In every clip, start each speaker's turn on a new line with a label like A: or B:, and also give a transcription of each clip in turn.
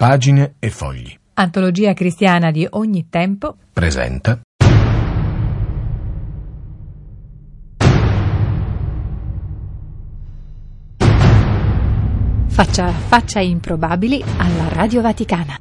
A: Pagine e fogli.
B: Antologia cristiana di ogni tempo.
A: Presenta.
B: Faccia a faccia improbabili alla Radio Vaticana.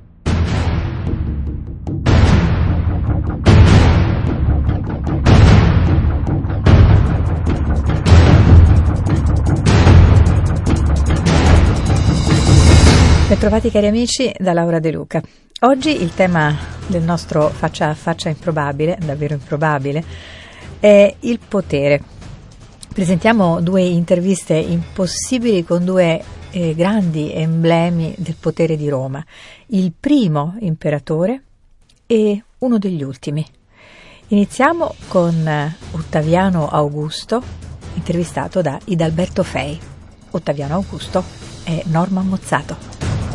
B: Bentrovati cari amici da Laura De Luca. Oggi il tema del nostro faccia a faccia improbabile, davvero improbabile, è il potere. Presentiamo due interviste impossibili con due grandi emblemi del potere di Roma, il primo imperatore e uno degli ultimi. Iniziamo con Ottaviano Augusto, intervistato da Idalberto Fei. Ottaviano Augusto è Norma Mozzato.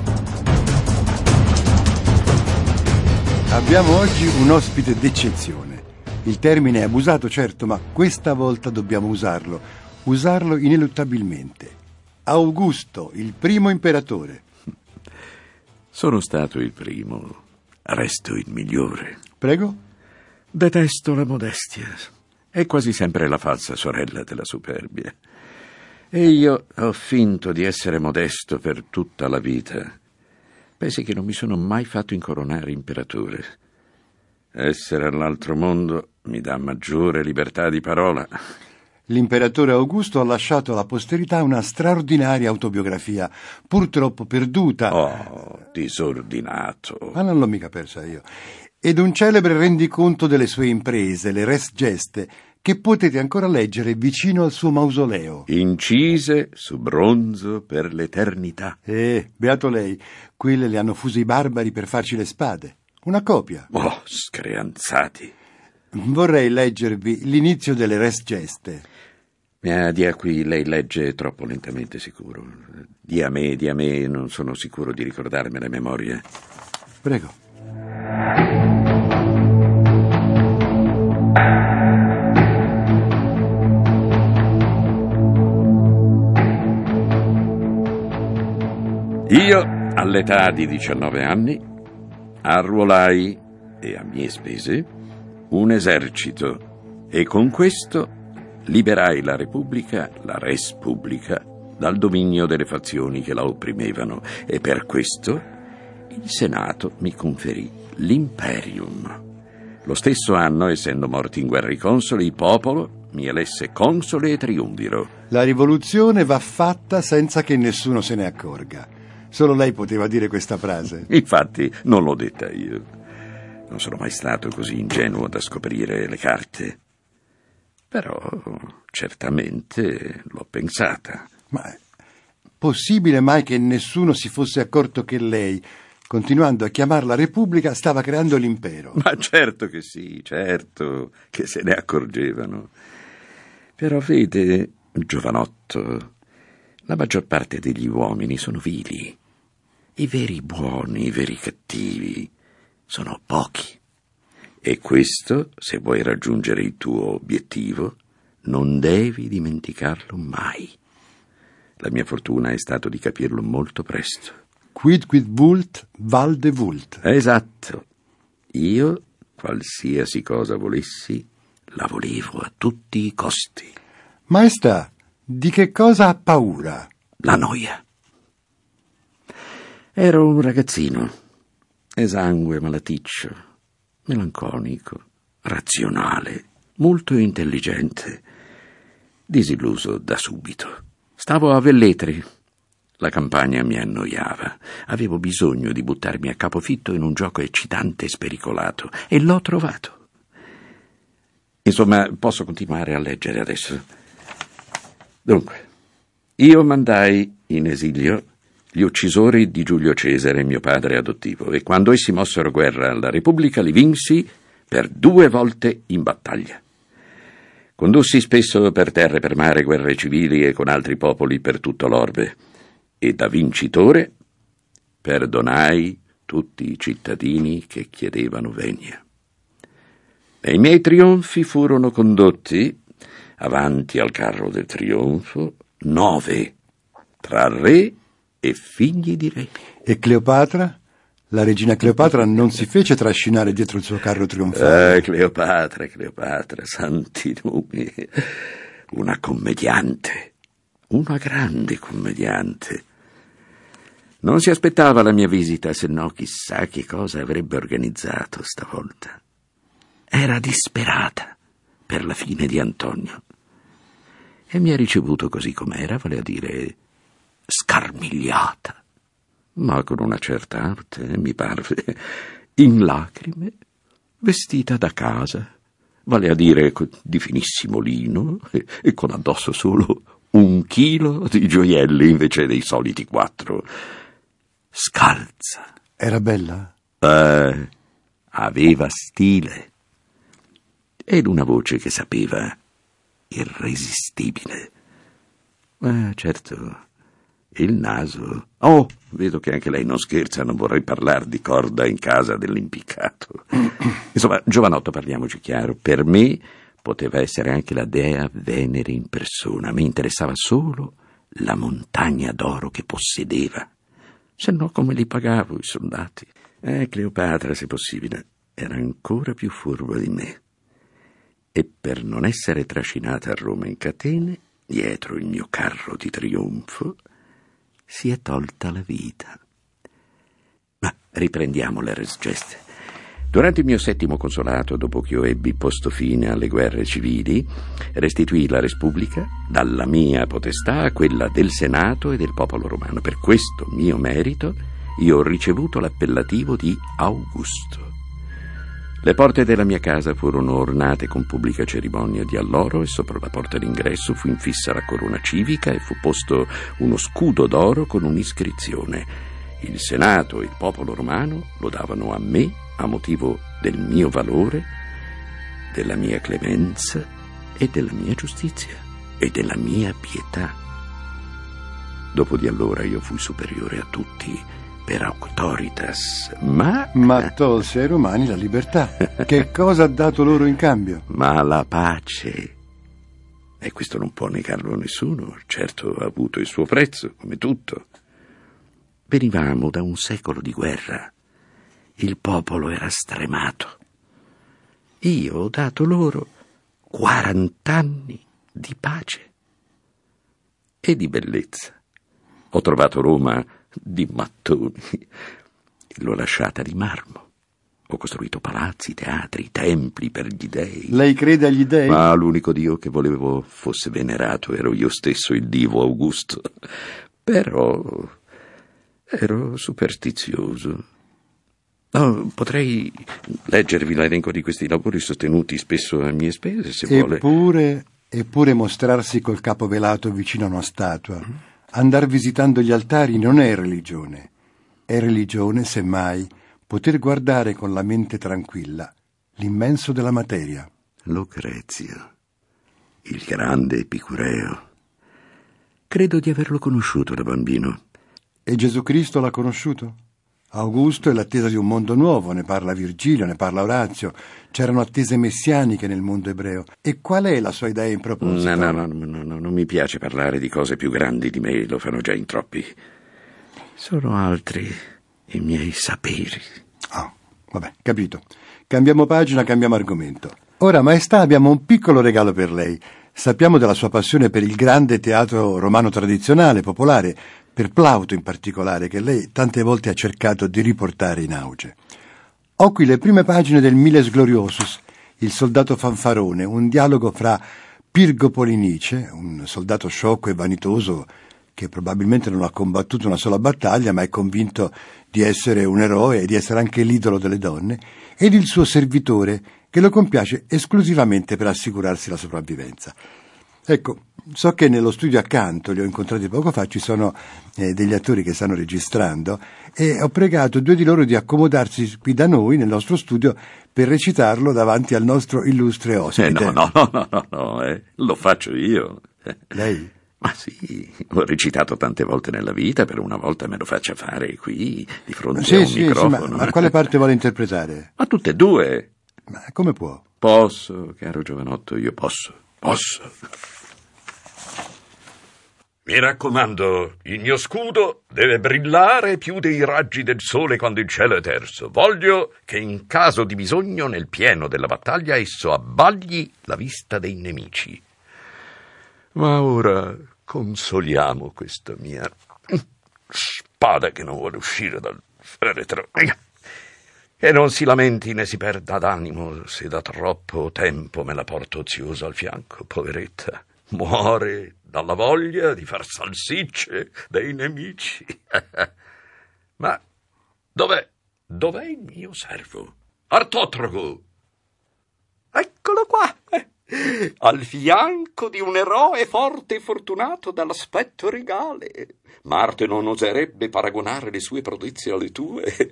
C: Abbiamo oggi un ospite d'eccezione. Il termine è abusato, certo, ma questa volta dobbiamo usarlo ineluttabilmente. Augusto, il primo imperatore.
D: Sono stato il primo, resto il migliore.
C: Prego?
D: Detesto la modestia. È quasi sempre la falsa sorella della superbia. E io ho finto di essere modesto per tutta la vita. Pensi che non mi sono mai fatto incoronare imperatore. Essere all'altro mondo mi dà maggiore libertà di parola.
C: L'imperatore Augusto ha lasciato alla posterità una straordinaria autobiografia, purtroppo perduta.
D: Oh, disordinato.
C: Ma non l'ho mica persa io. Ed un celebre rendiconto delle sue imprese, le Res Geste, che potete ancora leggere vicino al suo mausoleo.
D: Incise su bronzo per l'eternità.
C: Beato lei, quelle le hanno fuse i barbari per farci le spade. Una copia.
D: Oh, screanzati.
C: Vorrei leggervi l'inizio delle Res Geste.
D: Dia qui, lei legge troppo lentamente, sicuro. Dia a me, non sono sicuro di ricordarmi le memorie.
C: Prego.
D: Io, all'età di 19 anni, arruolai, e a mie spese, un esercito, e con questo liberai la Repubblica, la res pubblica, dal dominio delle fazioni che la opprimevano, e per questo il Senato mi conferì l'imperium. Lo stesso anno, essendo morti in guerra i consoli, il popolo mi elesse console e triumviro.
C: La rivoluzione va fatta senza che nessuno se ne accorga. Solo lei poteva dire questa frase.
D: Infatti non l'ho detta io. Non sono mai stato così ingenuo da scoprire le carte. Però certamente l'ho pensata.
C: Ma è possibile mai che nessuno si fosse accorto che lei, continuando a chiamarla Repubblica, stava creando l'impero?
D: Ma certo che sì, certo che se ne accorgevano. Però vede, giovanotto, la maggior parte degli uomini sono vili. I veri buoni, i veri cattivi sono pochi. E questo, se vuoi raggiungere il tuo obiettivo, non devi dimenticarlo mai. La mia fortuna è stato di capirlo molto presto.
C: Quid vult, valde vult.
D: Esatto. Io, qualsiasi cosa volessi, la volevo a tutti i costi.
C: Maestà, di che cosa ha paura?
D: La noia. Ero un ragazzino, esangue, malaticcio, melanconico, razionale, molto intelligente, disilluso da subito. Stavo a Velletri. La campagna mi annoiava. Avevo bisogno di buttarmi a capofitto in un gioco eccitante e spericolato, e l'ho trovato. Insomma, posso continuare a leggere adesso. Dunque, io mandai in esilio gli uccisori di Giulio Cesare, mio padre adottivo, e quando essi mossero guerra alla Repubblica li vinsi per 2 volte in battaglia. Condussi spesso per terra e per mare guerre civili e con altri popoli per tutto l'orbe, e da vincitore perdonai tutti i cittadini che chiedevano venia. E i miei trionfi furono condotti avanti al carro del trionfo 9 tra re e figli di re.
C: E Cleopatra? La regina Cleopatra non si fece trascinare dietro il suo carro trionfale.
D: Cleopatra, santi numi. Una commediante, una grande commediante. Non si aspettava la mia visita, se no chissà che cosa avrebbe organizzato stavolta. Era disperata per la fine di Antonio e mi ha ricevuto così com'era, vale a dire scarmigliata, ma con una certa arte, mi parve, in lacrime, vestita da casa, vale a dire di finissimo lino e con addosso solo 1 chilo di gioielli invece dei soliti 4. Scalza.
C: Era bella?
D: Aveva stile ed una voce che sapeva, irresistibile. Certo, il naso. Oh, vedo che anche lei non scherza, non vorrei parlare di corda in casa dell'impiccato. Insomma, giovanotto, parliamoci chiaro, per me poteva essere anche la dea Venere in persona. Mi interessava solo la montagna d'oro che possedeva. Se no, come li pagavo i soldati? Cleopatra, se possibile, era ancora più furba di me. E per non essere trascinata a Roma in catene, dietro il mio carro di trionfo, si è tolta la vita. Ma riprendiamo le res geste. Durante il mio 7° consolato, dopo che io ebbi posto fine alle guerre civili, restituì la Repubblica dalla mia potestà a quella del Senato e del popolo romano. Per questo mio merito io ho ricevuto l'appellativo di Augusto. Le porte della mia casa furono ornate con pubblica cerimonia di alloro e sopra la porta d'ingresso fu infissa la corona civica e fu posto uno scudo d'oro con un'iscrizione. Il Senato e il popolo romano lo davano a me a motivo del mio valore, della mia clemenza e della mia giustizia e della mia pietà. Dopo di allora io fui superiore a tutti per auctoritas, ma
C: tolse ai romani la libertà. Che cosa ha dato loro in cambio?
D: Ma la pace. E questo non può negarlo a nessuno. Certo, ha avuto il suo prezzo, come tutto. Venivamo da un secolo di guerra. Il popolo era stremato. Io ho dato loro 40 anni di pace e di bellezza. Ho trovato Roma di mattoni, l'ho lasciata di marmo. Ho costruito palazzi, teatri, templi per gli dei.
C: Lei crede agli dei?
D: Ma l'unico dio che volevo fosse venerato ero io stesso, il divo Augusto. Però ero superstizioso. No, potrei leggervi l'elenco di questi lavori sostenuti spesso a mie spese, se vuole.
C: Eppure mostrarsi col capo velato vicino a una statua, andar visitando gli altari non è religione. È religione, semmai, poter guardare con la mente tranquilla l'immenso della materia.
D: Lucrezio, il grande Epicureo. Credo di averlo conosciuto da bambino.
C: E Gesù Cristo l'ha conosciuto? Augusto è l'attesa di un mondo nuovo, ne parla Virgilio, ne parla Orazio. C'erano attese messianiche nel mondo ebreo. E qual è la sua idea in proposito?
D: No, non mi piace parlare di cose più grandi di me, lo fanno già in troppi. Sono altri i miei saperi.
C: Vabbè, capito. Cambiamo pagina, cambiamo argomento. Ora, maestà, abbiamo un piccolo regalo per lei. Sappiamo della sua passione per il grande teatro romano tradizionale, popolare, per Plauto in particolare, che lei tante volte ha cercato di riportare in auge. Ho qui le prime pagine del Miles Gloriosus, il soldato fanfarone, un dialogo fra Pirgo Polinice, un soldato sciocco e vanitoso che probabilmente non ha combattuto una sola battaglia, ma è convinto di essere un eroe e di essere anche l'idolo delle donne, ed il suo servitore, che lo compiace esclusivamente per assicurarsi la sopravvivenza. Ecco, so che nello studio accanto, li ho incontrati poco fa, ci sono degli attori che stanno registrando e ho pregato 2 di loro di accomodarsi qui da noi, nel nostro studio, per recitarlo davanti al nostro illustre ospite.
D: No, lo faccio io.
C: Lei?
D: Ma sì, ho recitato tante volte nella vita, per una volta me lo faccia fare qui, di fronte a un microfono.
C: Sì, ma quale parte vuole interpretare?
D: Ma tutte e 2.
C: Ma come può?
D: Posso, caro giovanotto, io posso. Mi raccomando, il mio scudo deve brillare più dei raggi del sole quando il cielo è terso. Voglio che in caso di bisogno, nel pieno della battaglia, esso abbagli la vista dei nemici. Ma ora consoliamo questa mia spada che non vuole uscire dal feretro. E non si lamenti né si perda d'animo se da troppo tempo me la porto oziosa al fianco, poveretta. Muore dalla voglia di far salsicce dei nemici. Ma dov'è il mio servo? Artotrogo! Eccolo qua! Al fianco di un eroe forte e fortunato dall'aspetto regale. Marte non oserebbe paragonare le sue prodezze alle tue.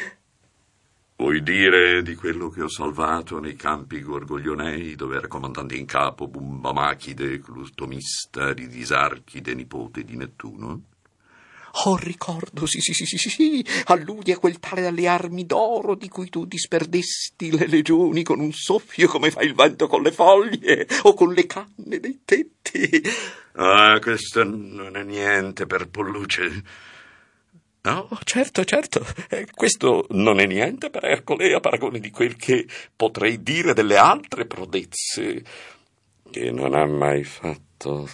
D: Vuoi dire di quello che ho salvato nei campi gorgoglionei, dove era comandante in capo Bumbamachide, clutomista di Disarchide, nipote di Nettuno? Oh, ricordo, sì, alludi a quel tale dalle armi d'oro di cui tu disperdesti le legioni con un soffio come fa il vento con le foglie o con le canne dei tetti. Ah, questo non è niente per Polluce. No, certo, questo non è niente per Ercole a paragone di quel che potrei dire delle altre prodezze che non ha mai fatto.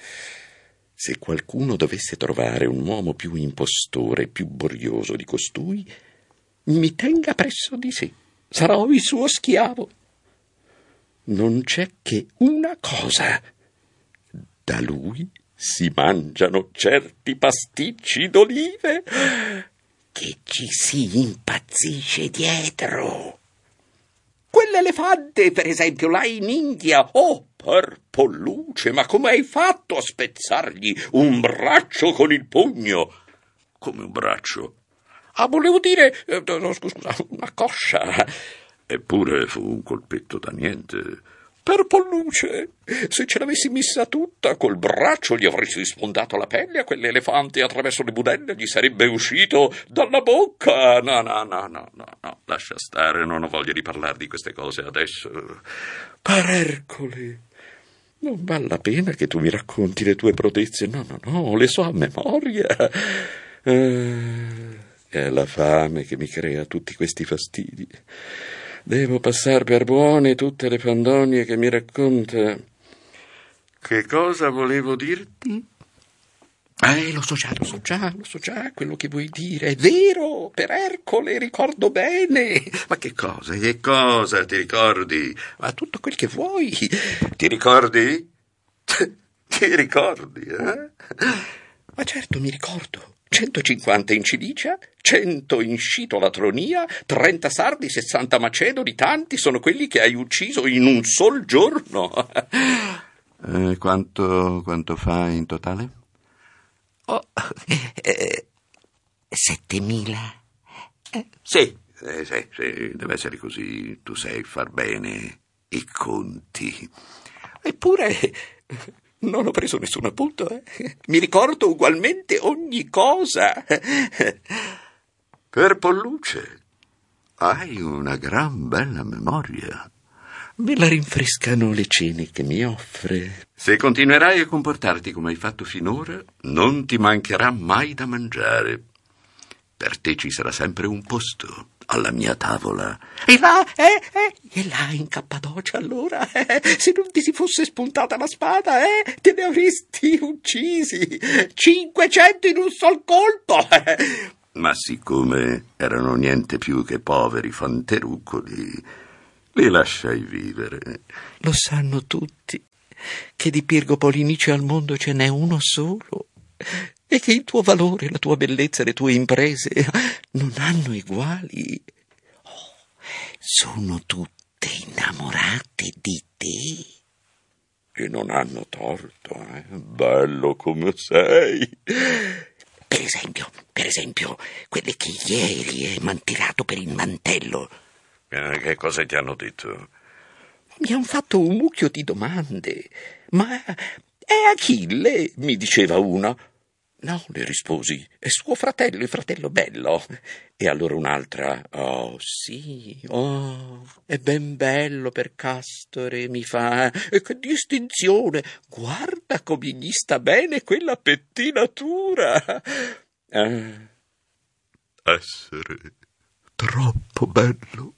D: Se qualcuno dovesse trovare un uomo più impostore, più borioso di costui, mi tenga presso di sé, sarò il suo schiavo. Non c'è che una cosa: da lui si mangiano certi pasticci d'olive che ci si impazzisce dietro. Quell'elefante, per esempio, là in India. Oh, per Polluce, ma come hai fatto a spezzargli un braccio con il pugno? Come un braccio? Ah, volevo dire, scusa, una coscia. Eppure fu un colpetto da niente. Per Polluce, se ce l'avessi messa tutta, col braccio gli avresti sfondato la pelle a quell'elefante e attraverso le budelle gli sarebbe uscito dalla bocca. No, lascia stare, non ho voglia di parlare di queste cose adesso. Per Ercole, non vale la pena che tu mi racconti le tue prodezze, no, le so a memoria. È la fame che mi crea tutti questi fastidi. Devo passar per buone tutte le fandonie che mi racconta. Che cosa volevo dirti? Lo so già quello che vuoi dire. È vero, per Ercole, ricordo bene. Ma che cosa ti ricordi? Ma tutto quel che vuoi. Ti ricordi? Ti ricordi, eh? Ma certo, mi ricordo. 150 in Cilicia, 100 in Scito-Latronia, 30 sardi, 60 macedoni, tanti sono quelli che hai ucciso in un sol giorno. Quanto fa in totale?
E: 7.000.
D: Sì, deve essere così. Tu sai far bene i conti.
E: Eppure non ho preso nessun appunto, Mi ricordo ugualmente ogni cosa.
D: Per Polluce, hai una gran bella memoria.
E: Me la rinfrescano le cene che mi offre.
D: Se continuerai a comportarti come hai fatto finora, non ti mancherà mai da mangiare. Per te ci sarà sempre un posto alla mia tavola.
E: E là, in Cappadocia, allora, se non ti si fosse spuntata la spada, te ne avresti uccisi 500 in un sol colpo.
D: Ma siccome erano niente più che poveri fanterucoli, li lasciai vivere.
E: Lo sanno tutti che di Pirgo Polinice al mondo ce n'è uno solo e che il tuo valore, la tua bellezza e le tue imprese non hanno eguali. Sono tutte innamorate di te.
D: E non hanno torto, bello come sei.
E: Per esempio, quelle che ieri m'han tirato per il mantello.
D: Che cosa ti hanno detto?
E: Mi han fatto un mucchio di domande. Ma è Achille, mi diceva una. No, le risposi, è suo fratello, il fratello bello. E allora un'altra, oh sì, oh, è ben bello per Castore, mi fa, e che distinzione, guarda come gli sta bene quella pettinatura. Essere troppo bello.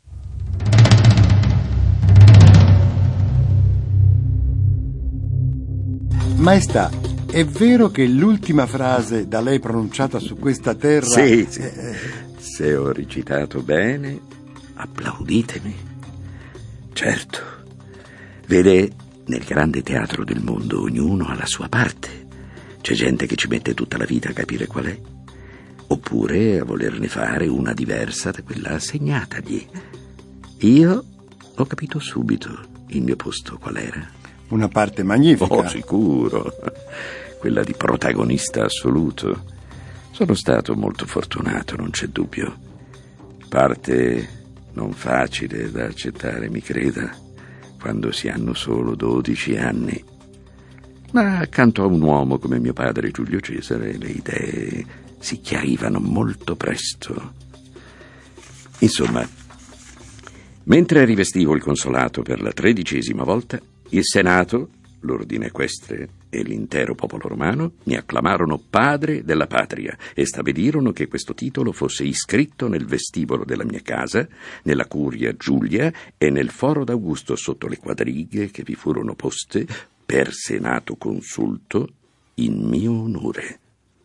C: Maestà, è vero che l'ultima frase da lei pronunciata su questa terra...
D: Sì. Se ho recitato bene, applauditemi. Certo. Vede, nel grande teatro del mondo ognuno ha la sua parte. C'è gente che ci mette tutta la vita a capire qual è, oppure a volerne fare una diversa da quella assegnatagli. Io ho capito subito il mio posto qual era.
C: Una parte magnifica.
D: Oh, sicuro. Quella di protagonista assoluto. Sono stato molto fortunato, non c'è dubbio. Parte non facile da accettare, mi creda, quando si hanno solo 12 anni. Ma accanto a un uomo come mio padre Giulio Cesare, le idee si chiarivano molto presto. Insomma, mentre rivestivo il consolato per la 13ª volta, il Senato, l'ordine equestre e l'intero popolo romano mi acclamarono padre della patria e stabilirono che questo titolo fosse iscritto nel vestibolo della mia casa, nella curia Giulia e nel foro d'Augusto sotto le quadrighe che vi furono poste per Senato consulto in mio onore.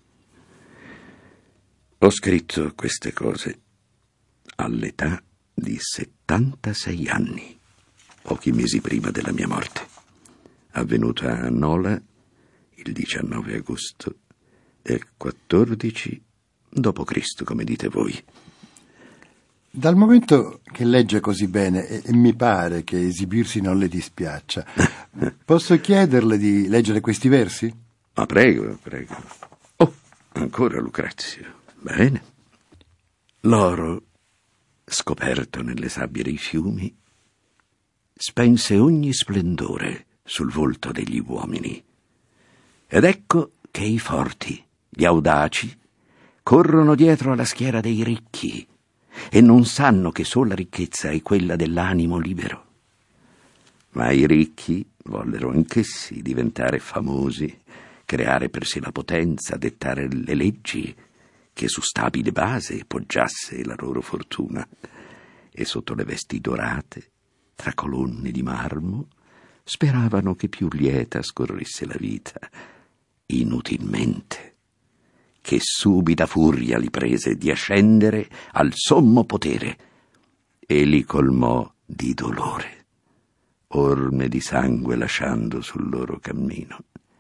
D: Ho scritto queste cose all'età di 76 anni. Pochi mesi prima della mia morte, avvenuta a Nola il 19 agosto del 14 d.C., come dite voi.
C: Dal momento che legge così bene, e mi pare che esibirsi non le dispiaccia, posso chiederle di leggere questi versi?
D: Ma prego. Oh, ancora Lucrezio. Bene. L'oro, scoperto nelle sabbie dei fiumi, spense ogni splendore sul volto degli uomini. Ed ecco che i forti, gli audaci, corrono dietro alla schiera dei ricchi e non sanno che sola ricchezza è quella dell'animo libero. Ma i ricchi vollero anch'essi diventare famosi, creare per sé la potenza, dettare le leggi che su stabile base poggiasse la loro fortuna, e sotto le vesti dorate, tra colonne di marmo, speravano che più lieta scorresse la vita, inutilmente, che subita furia li prese di ascendere al sommo potere e li colmò di dolore, orme di sangue lasciando sul loro cammino.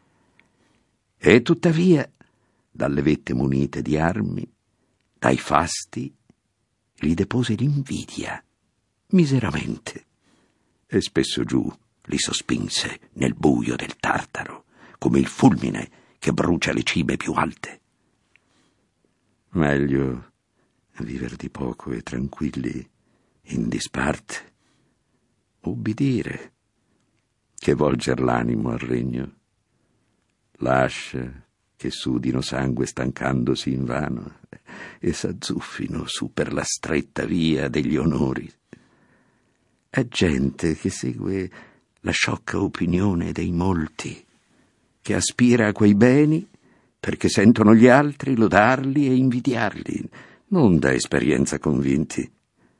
D: E tuttavia, dalle vette munite di armi, dai fasti, li depose l'invidia, miseramente, e spesso giù li sospinse nel buio del Tartaro, come il fulmine che brucia le cime più alte. Meglio viver di poco e tranquilli in disparte, ubbidire, che volger l'animo al regno. Lascia che sudino sangue stancandosi invano e s'azzuffino su per la stretta via degli onori. È gente che segue la sciocca opinione dei molti, che aspira a quei beni perché sentono gli altri lodarli e invidiarli, non da esperienza convinti.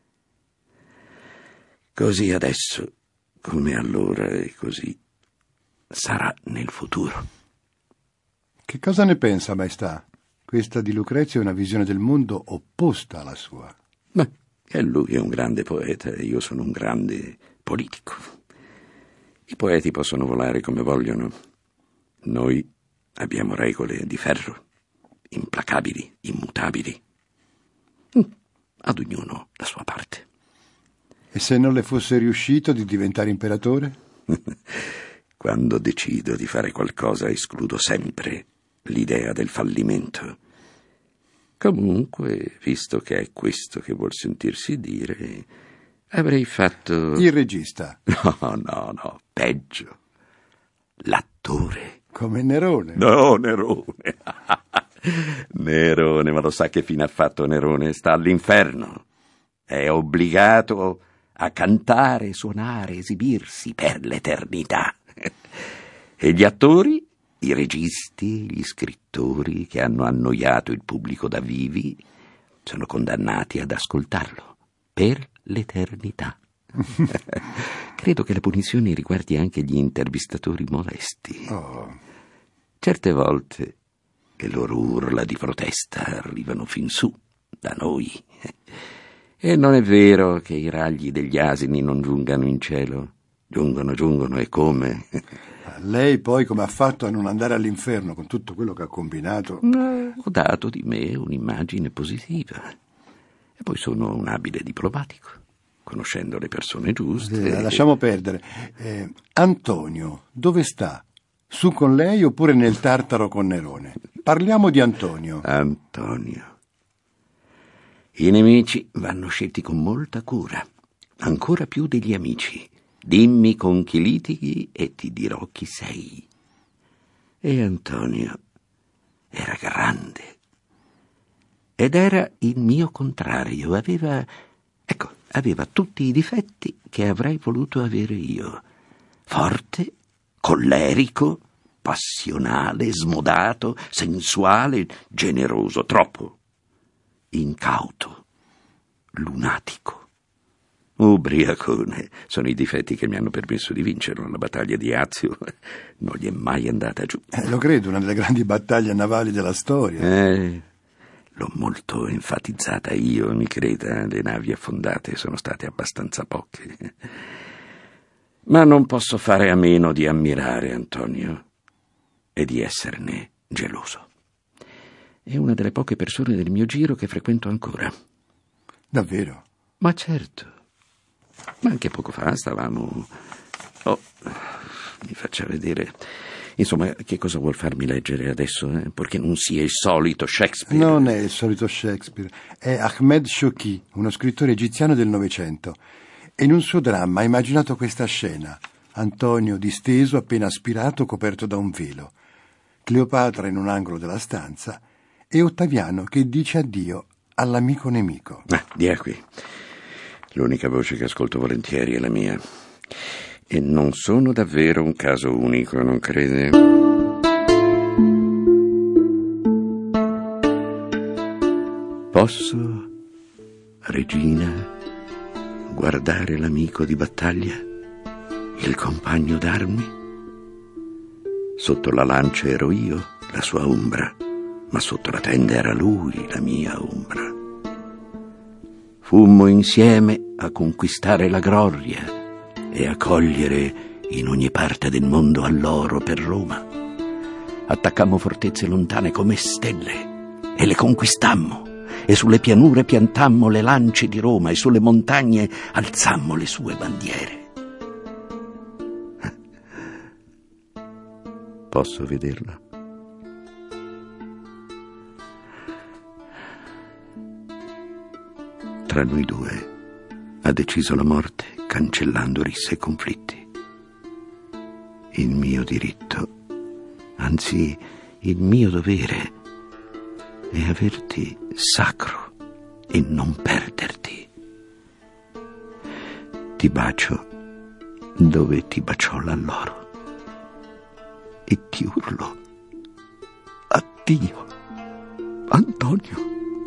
D: Così adesso, come allora, e così sarà nel futuro.
C: Che cosa ne pensa, Maestà? Questa di Lucrezio è una visione del mondo opposta alla sua.
D: Ma lui è un grande poeta e io sono un grande politico. I poeti possono volare come vogliono. Noi abbiamo regole di ferro, implacabili, immutabili. Ad ognuno la sua parte.
C: E se non le fosse riuscito di diventare imperatore?
D: Quando decido di fare qualcosa escludo sempre l'idea del fallimento. Comunque, visto che è questo che vuol sentirsi dire, avrei fatto...
C: Il regista.
D: No, peggio. L'attore.
C: Come Nerone.
D: No, Nerone. Nerone, ma lo sa che fine ha fatto Nerone? Sta all'inferno. È obbligato a cantare, suonare, esibirsi per l'eternità. E gli attori, i registi, gli scrittori che hanno annoiato il pubblico da vivi sono condannati ad ascoltarlo per l'eternità. Credo che la punizione riguardi anche gli intervistatori molesti. Certe volte le loro urla di protesta arrivano fin su, da noi. E non è vero che i ragli degli asini non giungano in cielo. Giungono, e come?
C: Lei poi come ha fatto a non andare all'inferno con tutto quello che ha combinato?
D: Ho dato di me un'immagine positiva. E poi sono un abile diplomatico, conoscendo le persone giuste.
C: Lasciamo perdere. Antonio, dove sta? Su con lei oppure nel Tartaro con Nerone? Parliamo di Antonio.
D: Antonio. I nemici vanno scelti con molta cura, ancora più degli amici. Dimmi con chi litighi e ti dirò chi sei. E Antonio era grande ed era il mio contrario. Aveva tutti i difetti che avrei voluto avere io. Forte, collerico, passionale, smodato, sensuale, generoso, troppo. Incauto, lunatico, ubriacone. Sono i difetti che mi hanno permesso di vincerlo. La battaglia di Azio non gli è mai andata giù.
C: Lo credo, una delle grandi battaglie navali della storia.
D: L'ho molto enfatizzata io, mi creda. Le navi affondate sono state abbastanza poche. Ma non posso fare a meno di ammirare Antonio e di esserne geloso. È una delle poche persone del mio giro che frequento ancora.
C: Davvero?
D: Ma certo. Ma anche poco fa stavamo... mi faccia vedere. Insomma, che cosa vuol farmi leggere adesso? Perché non sia il solito Shakespeare.
C: Non è il solito Shakespeare. È Ahmed Shawqi, uno scrittore egiziano del Novecento. E in un suo dramma ha immaginato questa scena. Antonio disteso, appena aspirato, coperto da un velo. Cleopatra in un angolo della stanza e Ottaviano che dice addio all'amico nemico.
D: Dia qui. L'unica voce che ascolto volentieri è la mia. E non sono davvero un caso unico, non crede? Posso, regina, guardare l'amico di battaglia, il compagno d'armi? Sotto la lancia ero io, la sua ombra, ma sotto la tenda era lui, la mia ombra. Fummo insieme a conquistare la gloria e a cogliere in ogni parte del mondo all'oro per Roma. Attaccammo fortezze lontane come stelle e le conquistammo, e sulle pianure piantammo le lance di Roma e sulle montagne alzammo le sue bandiere. Posso vederla? Tra noi due ha deciso la morte, cancellando risse e conflitti. Il mio diritto, anzi il mio dovere, è averti sacro e non perderti. Ti bacio dove ti baciò l'alloro e ti urlo addio, Antonio.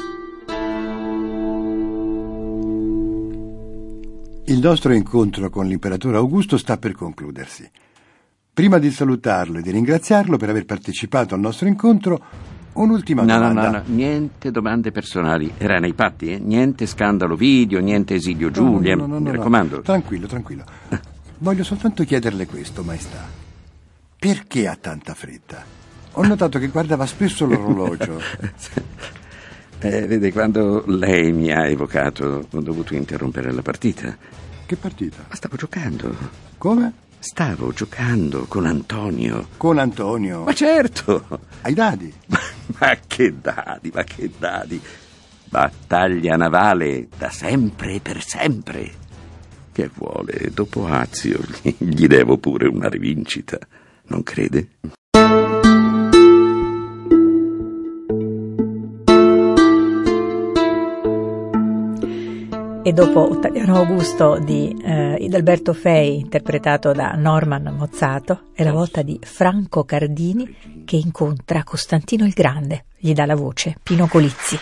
C: Il nostro incontro con l'imperatore Augusto sta per concludersi. Prima di salutarlo e di ringraziarlo per aver partecipato al nostro incontro, un'ultima domanda.
D: No, niente domande personali. Era nei patti, Niente scandalo video, niente esilio Giulia. Mi raccomando.
C: Tranquillo. Voglio soltanto chiederle questo, maestà. Perché ha tanta fretta? Ho notato che guardava spesso l'orologio.
D: Vede, quando lei mi ha evocato, ho dovuto interrompere la partita.
C: Che partita?
D: Ma stavo giocando.
C: Come?
D: Stavo giocando con Antonio.
C: Con Antonio?
D: Ma certo!
C: Ai dadi?
D: Ma che dadi! Battaglia navale, da sempre e per sempre. Che vuole? Dopo Azio gli devo pure una rivincita, non crede?
B: E dopo Ottaviano Augusto di Alberto Fei, interpretato da Norman Mozzato, è la volta di Franco Cardini che incontra Costantino il Grande. Gli dà la voce Pino Colizzi.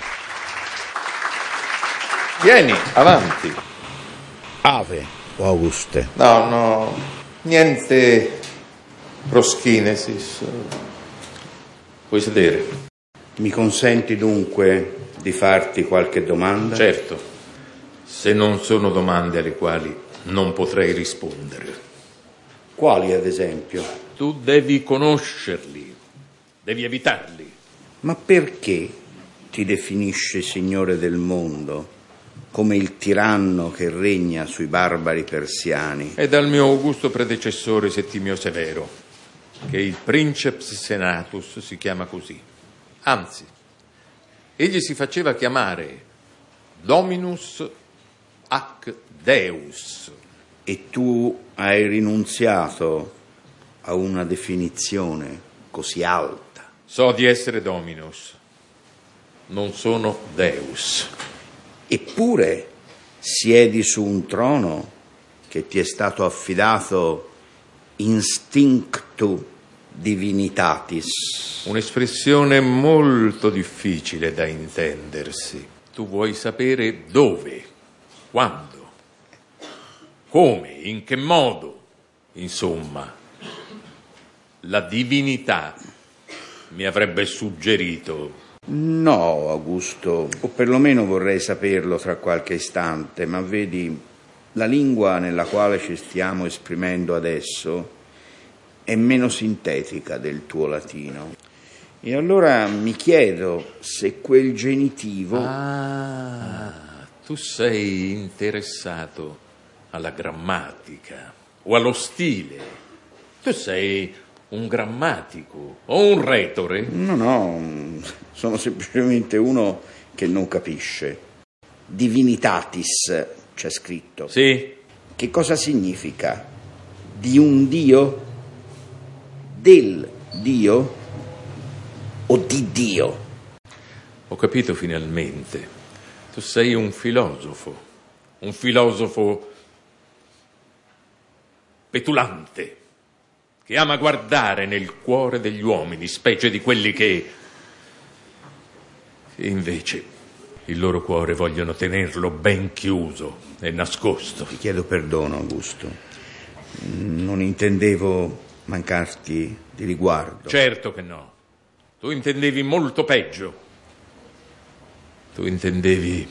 F: Vieni, avanti.
G: Ave o Auguste?
F: No, niente proschinesis. Puoi sedere.
G: Mi consenti dunque di farti qualche domanda?
F: Certo, se non sono domande alle quali non potrei rispondere.
G: Quali, ad esempio?
F: Tu devi conoscerli, devi evitarli.
G: Ma perché ti definisce signore del mondo, come il tiranno che regna sui barbari persiani?
F: È dal mio augusto predecessore Settimio Severo che il Princeps Senatus si chiama così. Anzi, egli si faceva chiamare Dominus ac Deus.
G: E tu hai rinunziato a una definizione così alta?
F: So di essere Dominus, non sono Deus.
G: Eppure siedi su un trono che ti è stato affidato instinctu divinitatis.
F: Un'espressione molto difficile da intendersi. Tu vuoi sapere dove, quando, come, in che modo. Insomma, la divinità mi avrebbe suggerito.
G: No, Augusto, o perlomeno vorrei saperlo tra qualche istante, ma vedi, la lingua nella quale ci stiamo esprimendo adesso è meno sintetica del tuo latino. E allora mi chiedo se quel genitivo...
F: Ah, tu sei interessato alla grammatica o allo stile. Tu sei un grammatico o un retore?
G: No, sono semplicemente uno che non capisce. Divinitatis c'è scritto.
F: Sì.
G: Che cosa significa? Di un Dio? Del Dio? O di Dio?
F: Ho capito finalmente. Tu sei un filosofo petulante, che ama guardare nel cuore degli uomini, specie di quelli che invece il loro cuore vogliono tenerlo ben chiuso e nascosto.
G: Ti chiedo perdono, Augusto. Non intendevo mancarti di riguardo.
F: Certo che no. Tu intendevi molto peggio. Tu intendevi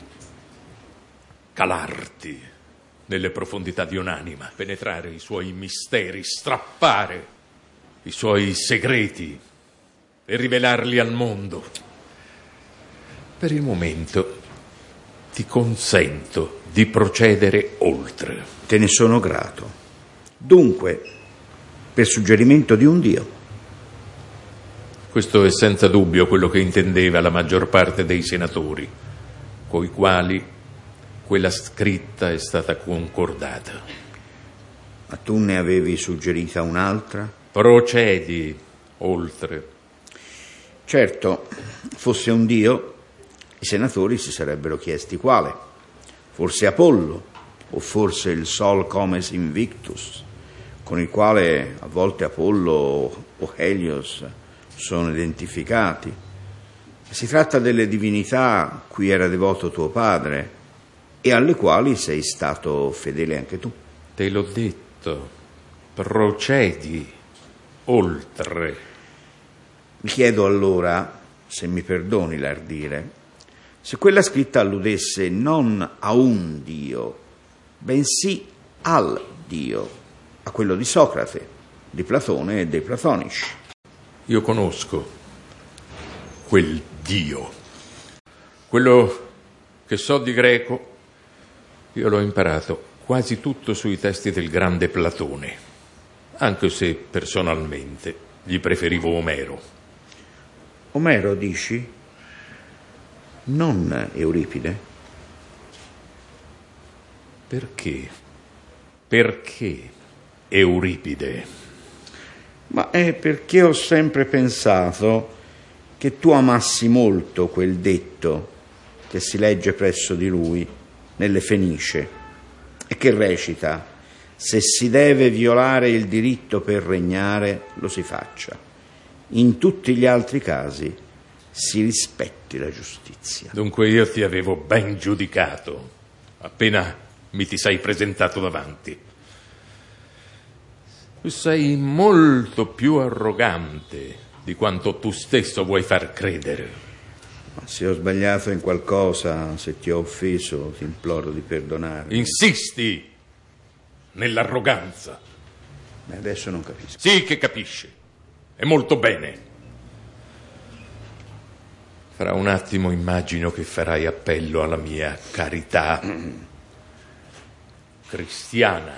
F: calarti nelle profondità di un'anima, penetrare i suoi misteri, strappare i suoi segreti e rivelarli al mondo. Per il momento ti consento di procedere oltre.
G: Te ne sono grato. Dunque, per suggerimento di un Dio.
F: Questo è senza dubbio quello che intendeva la maggior parte dei senatori, coi quali quella scritta è stata concordata.
G: Ma tu ne avevi suggerita un'altra?
F: Procedi oltre.
G: Certo, fosse un Dio, i senatori si sarebbero chiesti quale. Forse Apollo, o forse il Sol Comes Invictus, con il quale a volte Apollo o Helios sono identificati. Si tratta delle divinità cui era devoto tuo padre e alle quali sei stato fedele anche tu.
F: Te l'ho detto, procedi oltre.
G: Mi chiedo allora, se mi perdoni l'ardire, se quella scritta alludesse non a un Dio, bensì al Dio, a quello di Socrate, di Platone e dei platonici.
F: Io conosco quel Dio. Quello che so di greco, io l'ho imparato quasi tutto sui testi del grande Platone, anche se personalmente gli preferivo Omero.
G: Omero, dici? Non Euripide?
F: Perché? Perché Euripide?
G: Ma è perché ho sempre pensato che tu amassi molto quel detto che si legge presso di lui nelle Fenice, e che recita: se si deve violare il diritto per regnare, lo si faccia. In tutti gli altri casi si rispetti la giustizia.
F: Dunque io ti avevo ben giudicato appena mi ti sei presentato davanti. Tu sei molto più arrogante di quanto tu stesso vuoi far credere.
G: Ma se ho sbagliato in qualcosa, se ti ho offeso, ti imploro di perdonare.
F: Insisti nell'arroganza.
G: Beh, adesso non capisco.
F: Sì che capisci, e molto bene. Fra un attimo immagino che farai appello alla mia carità cristiana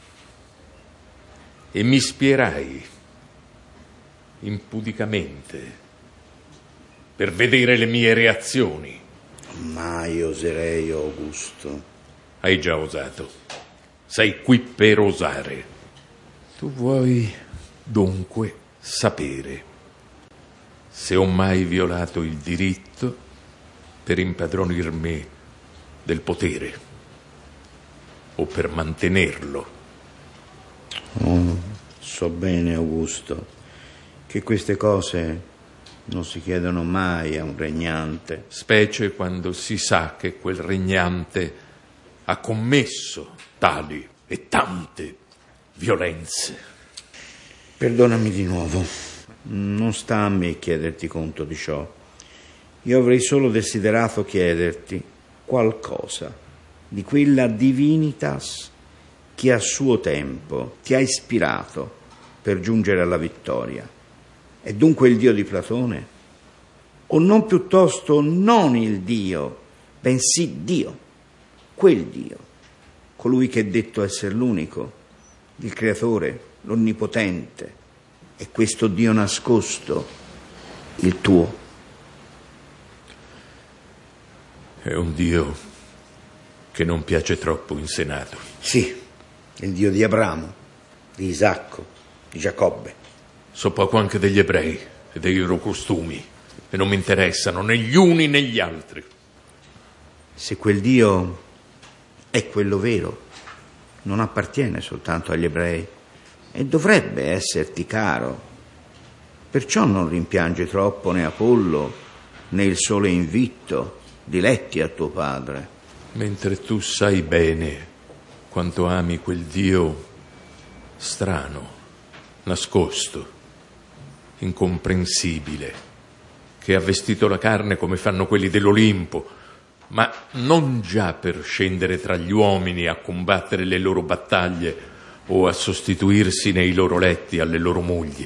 F: e mi spierai impudicamente per vedere le mie reazioni.
G: Mai oserei, Augusto.
F: Hai già osato. Sei qui per osare. Tu vuoi dunque sapere se ho mai violato il diritto per impadronirmi del potere o per mantenerlo.
G: So bene, Augusto, che queste cose non si chiedono mai a un regnante.
F: Specie quando si sa che quel regnante ha commesso tali e tante violenze.
G: Perdonami di nuovo. Non sta a me chiederti conto di ciò. Io avrei solo desiderato chiederti qualcosa di quella divinitas che a suo tempo ti ha ispirato per giungere alla vittoria. È dunque il Dio di Platone? O non piuttosto non il Dio, bensì Dio, quel Dio, colui che è detto essere l'unico, il creatore, l'onnipotente, e questo Dio nascosto, il tuo?
F: È un Dio che non piace troppo in Senato.
G: Sì, il Dio di Abramo, di Isacco, di Giacobbe.
F: So poco anche degli ebrei e dei loro costumi, e non mi interessano né gli uni né gli altri.
G: Se quel Dio è quello vero, non appartiene soltanto agli ebrei e dovrebbe esserti caro. Perciò non rimpiangi troppo né Apollo né il sole Invitto, diletti a tuo padre.
F: Mentre tu sai bene quanto ami quel Dio strano, nascosto, incomprensibile, che ha vestito la carne come fanno quelli dell'Olimpo, ma non già per scendere tra gli uomini a combattere le loro battaglie o a sostituirsi nei loro letti alle loro mogli,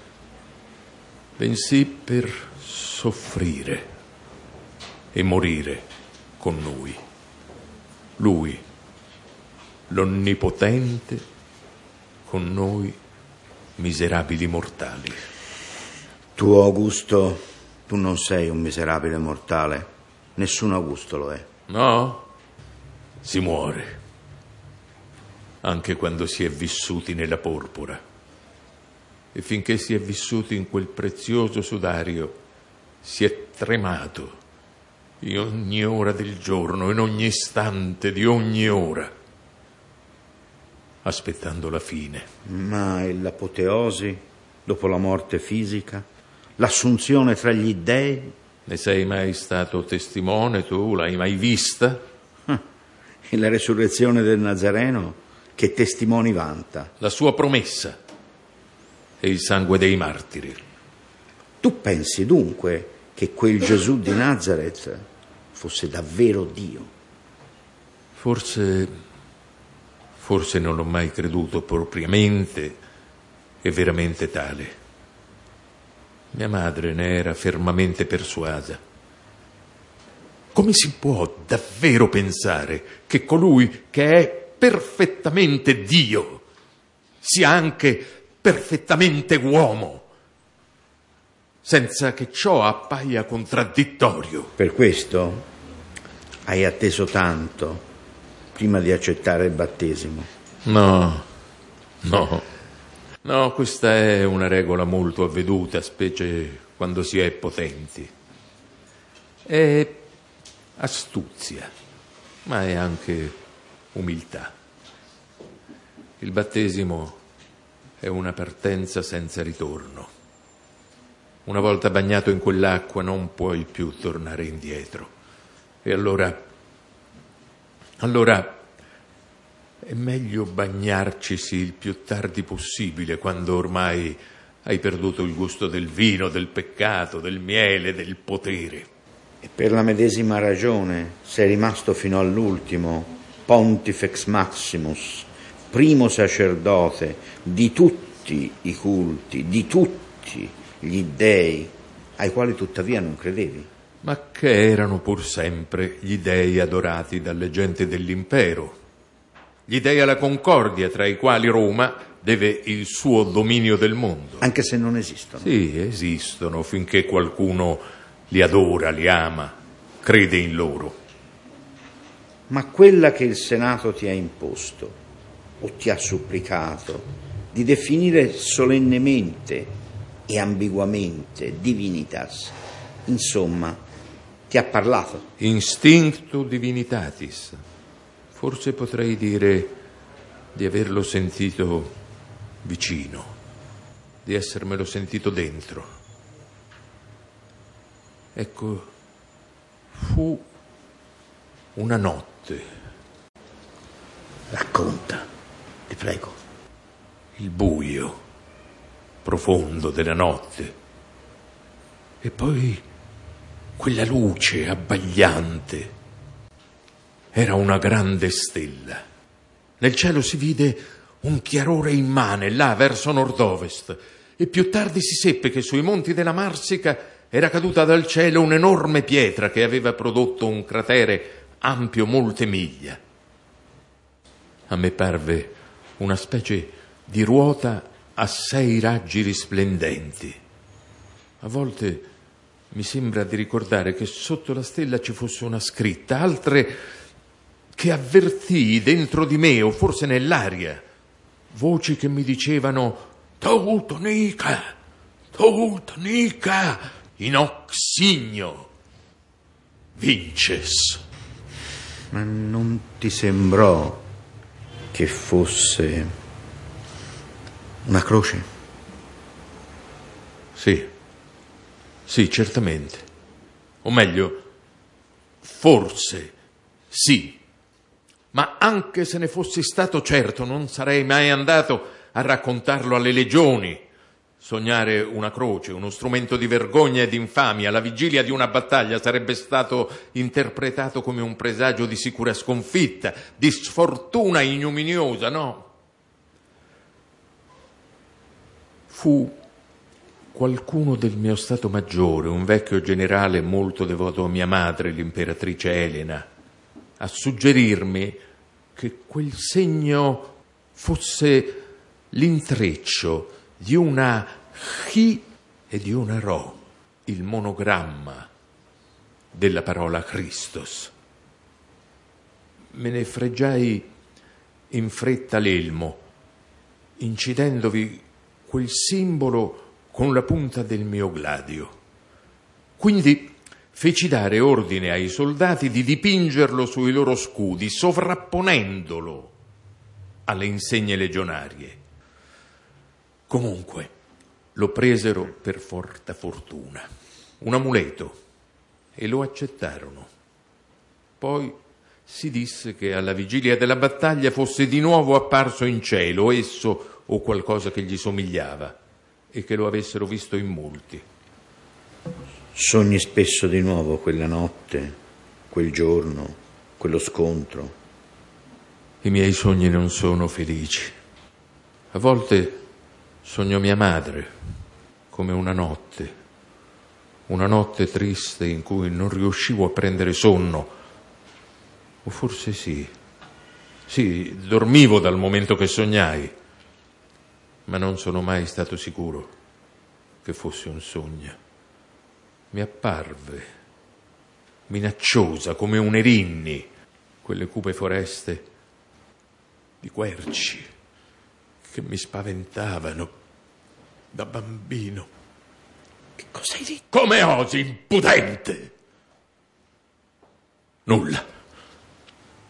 F: bensì per soffrire e morire con noi. Lui, l'Onnipotente, con noi miserabili mortali.
G: Tu, Augusto, tu non sei un miserabile mortale. Nessun Augusto lo è.
F: No? Si muore. Anche quando si è vissuti nella porpora. E finché si è vissuti in quel prezioso sudario, si è tremato in ogni ora del giorno, in ogni istante di ogni ora, aspettando la fine.
G: Ma è l'apoteosi dopo la morte fisica? L'assunzione tra gli dèi?
F: Ne sei mai stato testimone tu? L'hai mai vista?
G: E la resurrezione del Nazareno che testimoni vanta?
F: La sua promessa e il sangue dei martiri.
G: Tu pensi dunque che quel Gesù di Nazareth fosse davvero Dio?
F: Forse non l'ho mai creduto propriamente e veramente tale. Mia madre ne era fermamente persuasa. Come si può davvero pensare che colui che è perfettamente Dio sia anche perfettamente uomo, senza che ciò appaia contraddittorio?
G: Per questo hai atteso tanto prima di accettare il battesimo?
F: No, questa è una regola molto avveduta, specie quando si è potenti. È astuzia, ma è anche umiltà. Il battesimo è una partenza senza ritorno. Una volta bagnato in quell'acqua non puoi più tornare indietro. E allora è meglio bagnarcisi il più tardi possibile, quando ormai hai perduto il gusto del vino, del peccato, del miele, del potere.
G: E per la medesima ragione sei rimasto fino all'ultimo Pontifex Maximus, primo sacerdote di tutti i culti, di tutti gli dei, ai quali tuttavia non credevi.
F: Ma che erano pur sempre gli dei adorati dalle genti dell'impero, gli dei alla concordia, tra i quali Roma deve il suo dominio del mondo.
G: Anche se non esistono.
F: Sì, esistono, finché qualcuno li adora, li ama, crede in loro.
G: Ma quella che il Senato ti ha imposto o ti ha supplicato di definire solennemente e ambiguamente divinitas, insomma, ti ha parlato.
F: Instincto divinitatis. Forse potrei dire di averlo sentito vicino, di essermelo sentito dentro. Ecco, fu una notte.
G: Racconta, ti prego.
F: Il buio profondo della notte. E poi quella luce abbagliante. Era una grande stella. Nel cielo si vide un chiarore immane là verso nord-ovest, e più tardi si seppe che sui monti della Marsica era caduta dal cielo un'enorme pietra che aveva prodotto un cratere ampio molte miglia. A me parve una specie di ruota a 6 raggi risplendenti. A volte mi sembra di ricordare che sotto la stella ci fosse una scritta, altre che avvertii dentro di me, o forse nell'aria, voci che mi dicevano Teutonica, Teutonica, in hoc signo vinces.
G: Ma non ti sembrò che fosse una croce?
F: Sì, certamente. O meglio, forse sì. Ma anche se ne fossi stato certo, non sarei mai andato a raccontarlo alle legioni. Sognare una croce, uno strumento di vergogna e di infamia, alla vigilia di una battaglia, sarebbe stato interpretato come un presagio di sicura sconfitta, di sfortuna ignominiosa, no? Fu qualcuno del mio Stato Maggiore, un vecchio generale molto devoto a mia madre, l'imperatrice Elena, a suggerirmi che quel segno fosse l'intreccio di una chi e di una ro, il monogramma della parola Christos. Me ne freggiai in fretta l'elmo, incidendovi quel simbolo con la punta del mio gladio. Quindi feci dare ordine ai soldati di dipingerlo sui loro scudi, sovrapponendolo alle insegne legionarie. Comunque, lo presero per forte fortuna, un amuleto, e lo accettarono. Poi si disse che alla vigilia della battaglia fosse di nuovo apparso in cielo, esso o qualcosa che gli somigliava, e che lo avessero visto in molti.
G: Sogni spesso di nuovo quella notte, quel giorno, quello scontro?
F: I miei sogni non sono felici. A volte sogno mia madre, come una notte triste in cui non riuscivo a prendere sonno. O forse sì, dormivo dal momento che sognai, ma non sono mai stato sicuro che fosse un sogno. Mi apparve minacciosa come un erinni, quelle cupe foreste di querci che mi spaventavano da bambino.
G: Che cosa hai detto?
F: Come osi, impudente? Nulla.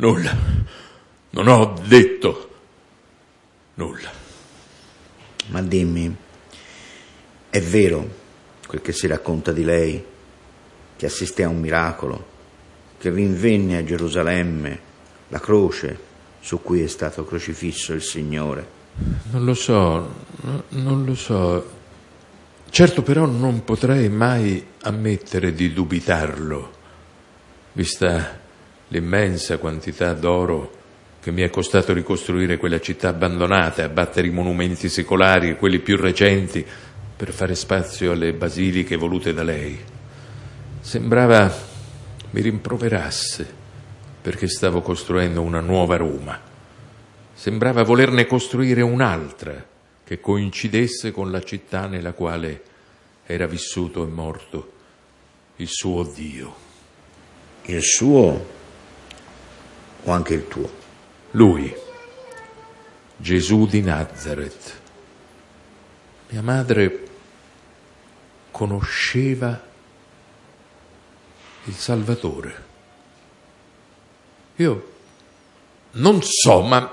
F: Nulla. Non ho detto nulla.
G: Ma dimmi, è vero quel che si racconta di lei, che assisté a un miracolo, che rinvenne a Gerusalemme la croce su cui è stato crocifisso il Signore?
F: Non lo so. Certo, però non potrei mai ammettere di dubitarlo, vista l'immensa quantità d'oro che mi è costato ricostruire quella città abbandonata, abbattere i monumenti secolari e quelli più recenti per fare spazio alle basiliche volute da lei. Sembrava mi rimproverasse perché stavo costruendo una nuova Roma. Sembrava volerne costruire un'altra che coincidesse con la città nella quale era vissuto e morto il suo Dio.
G: Il suo o anche il tuo?
F: Lui, Gesù di Nazareth. Mia madre conosceva il Salvatore. Io non so, ma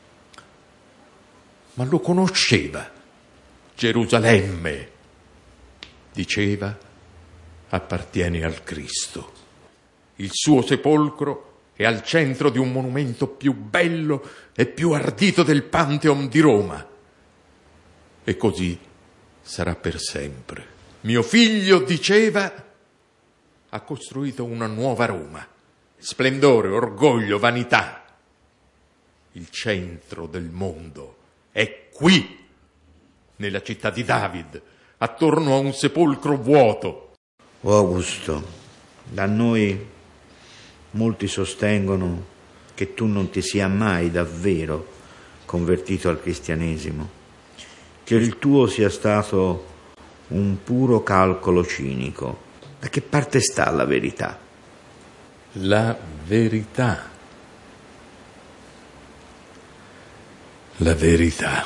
F: lo conosceva. Gerusalemme, diceva, appartiene al Cristo. Il suo sepolcro è al centro di un monumento più bello e più ardito del Pantheon di Roma. E così sarà per sempre. Mio figlio, diceva, ha costruito una nuova Roma. Splendore, orgoglio, vanità. Il centro del mondo è qui, nella città di David, attorno a un sepolcro vuoto.
G: Oh Augusto, da noi molti sostengono che tu non ti sia mai davvero convertito al cristianesimo, che il tuo sia stato un puro calcolo cinico. Da che parte sta la verità?
F: La verità. La verità.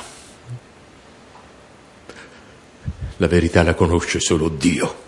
F: La verità la conosce solo Dio.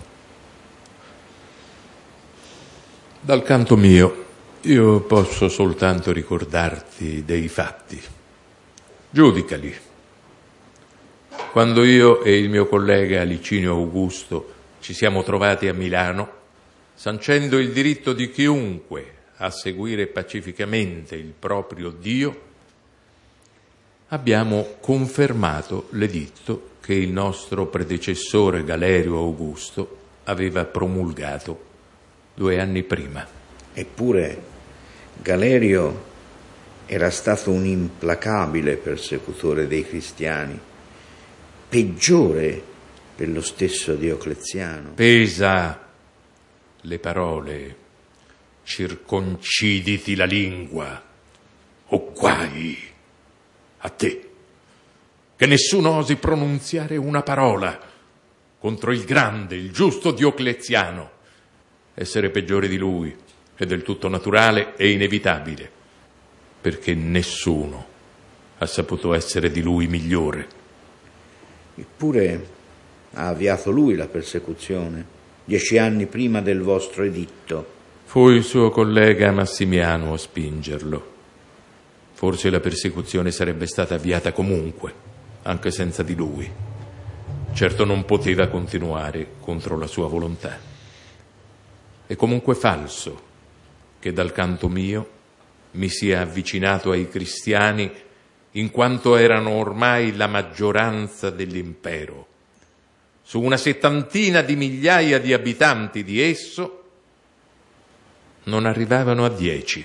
F: Dal canto mio, io posso soltanto ricordarti dei fatti. Giudicali. Quando io e il mio collega Licinio Augusto ci siamo trovati a Milano, sancendo il diritto di chiunque a seguire pacificamente il proprio Dio, abbiamo confermato l'editto che il nostro predecessore Galerio Augusto aveva promulgato 2 anni prima.
G: Eppure Galerio era stato un implacabile persecutore dei cristiani, peggiore dello stesso Diocleziano.
F: Pesa le parole, circonciditi la lingua, o guai a te, che nessuno osi pronunziare una parola contro il grande, il giusto Diocleziano. Essere peggiore di lui è del tutto naturale e inevitabile, perché nessuno ha saputo essere di lui migliore.
G: Eppure ha avviato lui la persecuzione 10 anni prima del vostro editto.
F: Fu il suo collega Massimiano a spingerlo. Forse la persecuzione sarebbe stata avviata comunque, anche senza di lui. Certo non poteva continuare contro la sua volontà. È comunque falso che dal canto mio mi sia avvicinato ai cristiani in quanto erano ormai la maggioranza dell'impero. Su una 70 di migliaia di abitanti di esso non arrivavano a 10.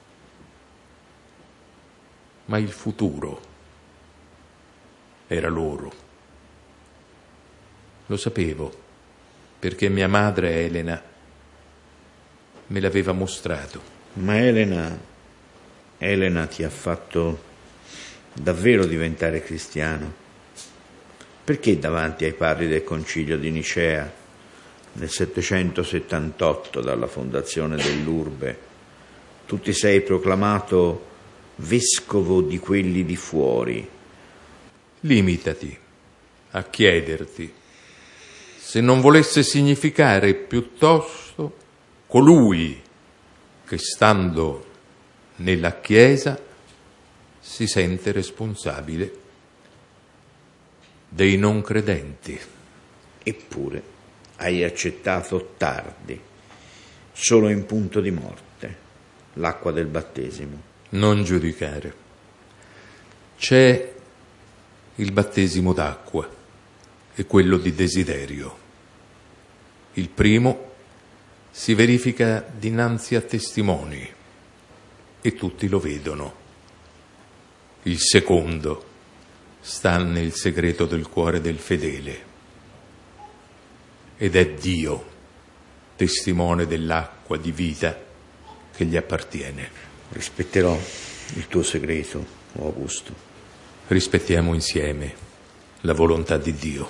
F: Ma il futuro era loro. Lo sapevo, perché mia madre Elena me l'aveva mostrato.
G: Ma Elena ti ha fatto davvero diventare cristiano? Perché davanti ai padri del concilio di Nicea, nel 778, dalla fondazione dell'Urbe, tu ti sei proclamato vescovo di quelli di fuori?
F: Limitati a chiederti se non volesse significare piuttosto colui che, stando nella Chiesa si sente responsabile dei non credenti.
G: Eppure hai accettato tardi, solo in punto di morte, l'acqua del battesimo.
F: Non giudicare. C'è il battesimo d'acqua e quello di desiderio. Il primo si verifica dinanzi a testimoni e tutti lo vedono. Il secondo sta nel segreto del cuore del fedele ed è Dio, testimone dell'acqua di vita che gli appartiene.
G: Rispetterò il tuo segreto, o Augusto.
F: Rispettiamo insieme la volontà di Dio.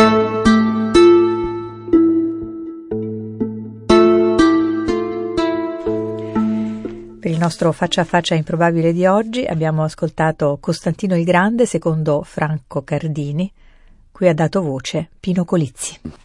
B: Per il nostro Faccia a Faccia improbabile di oggi abbiamo ascoltato Costantino il Grande secondo Franco Cardini, cui ha dato voce Pino Colizzi.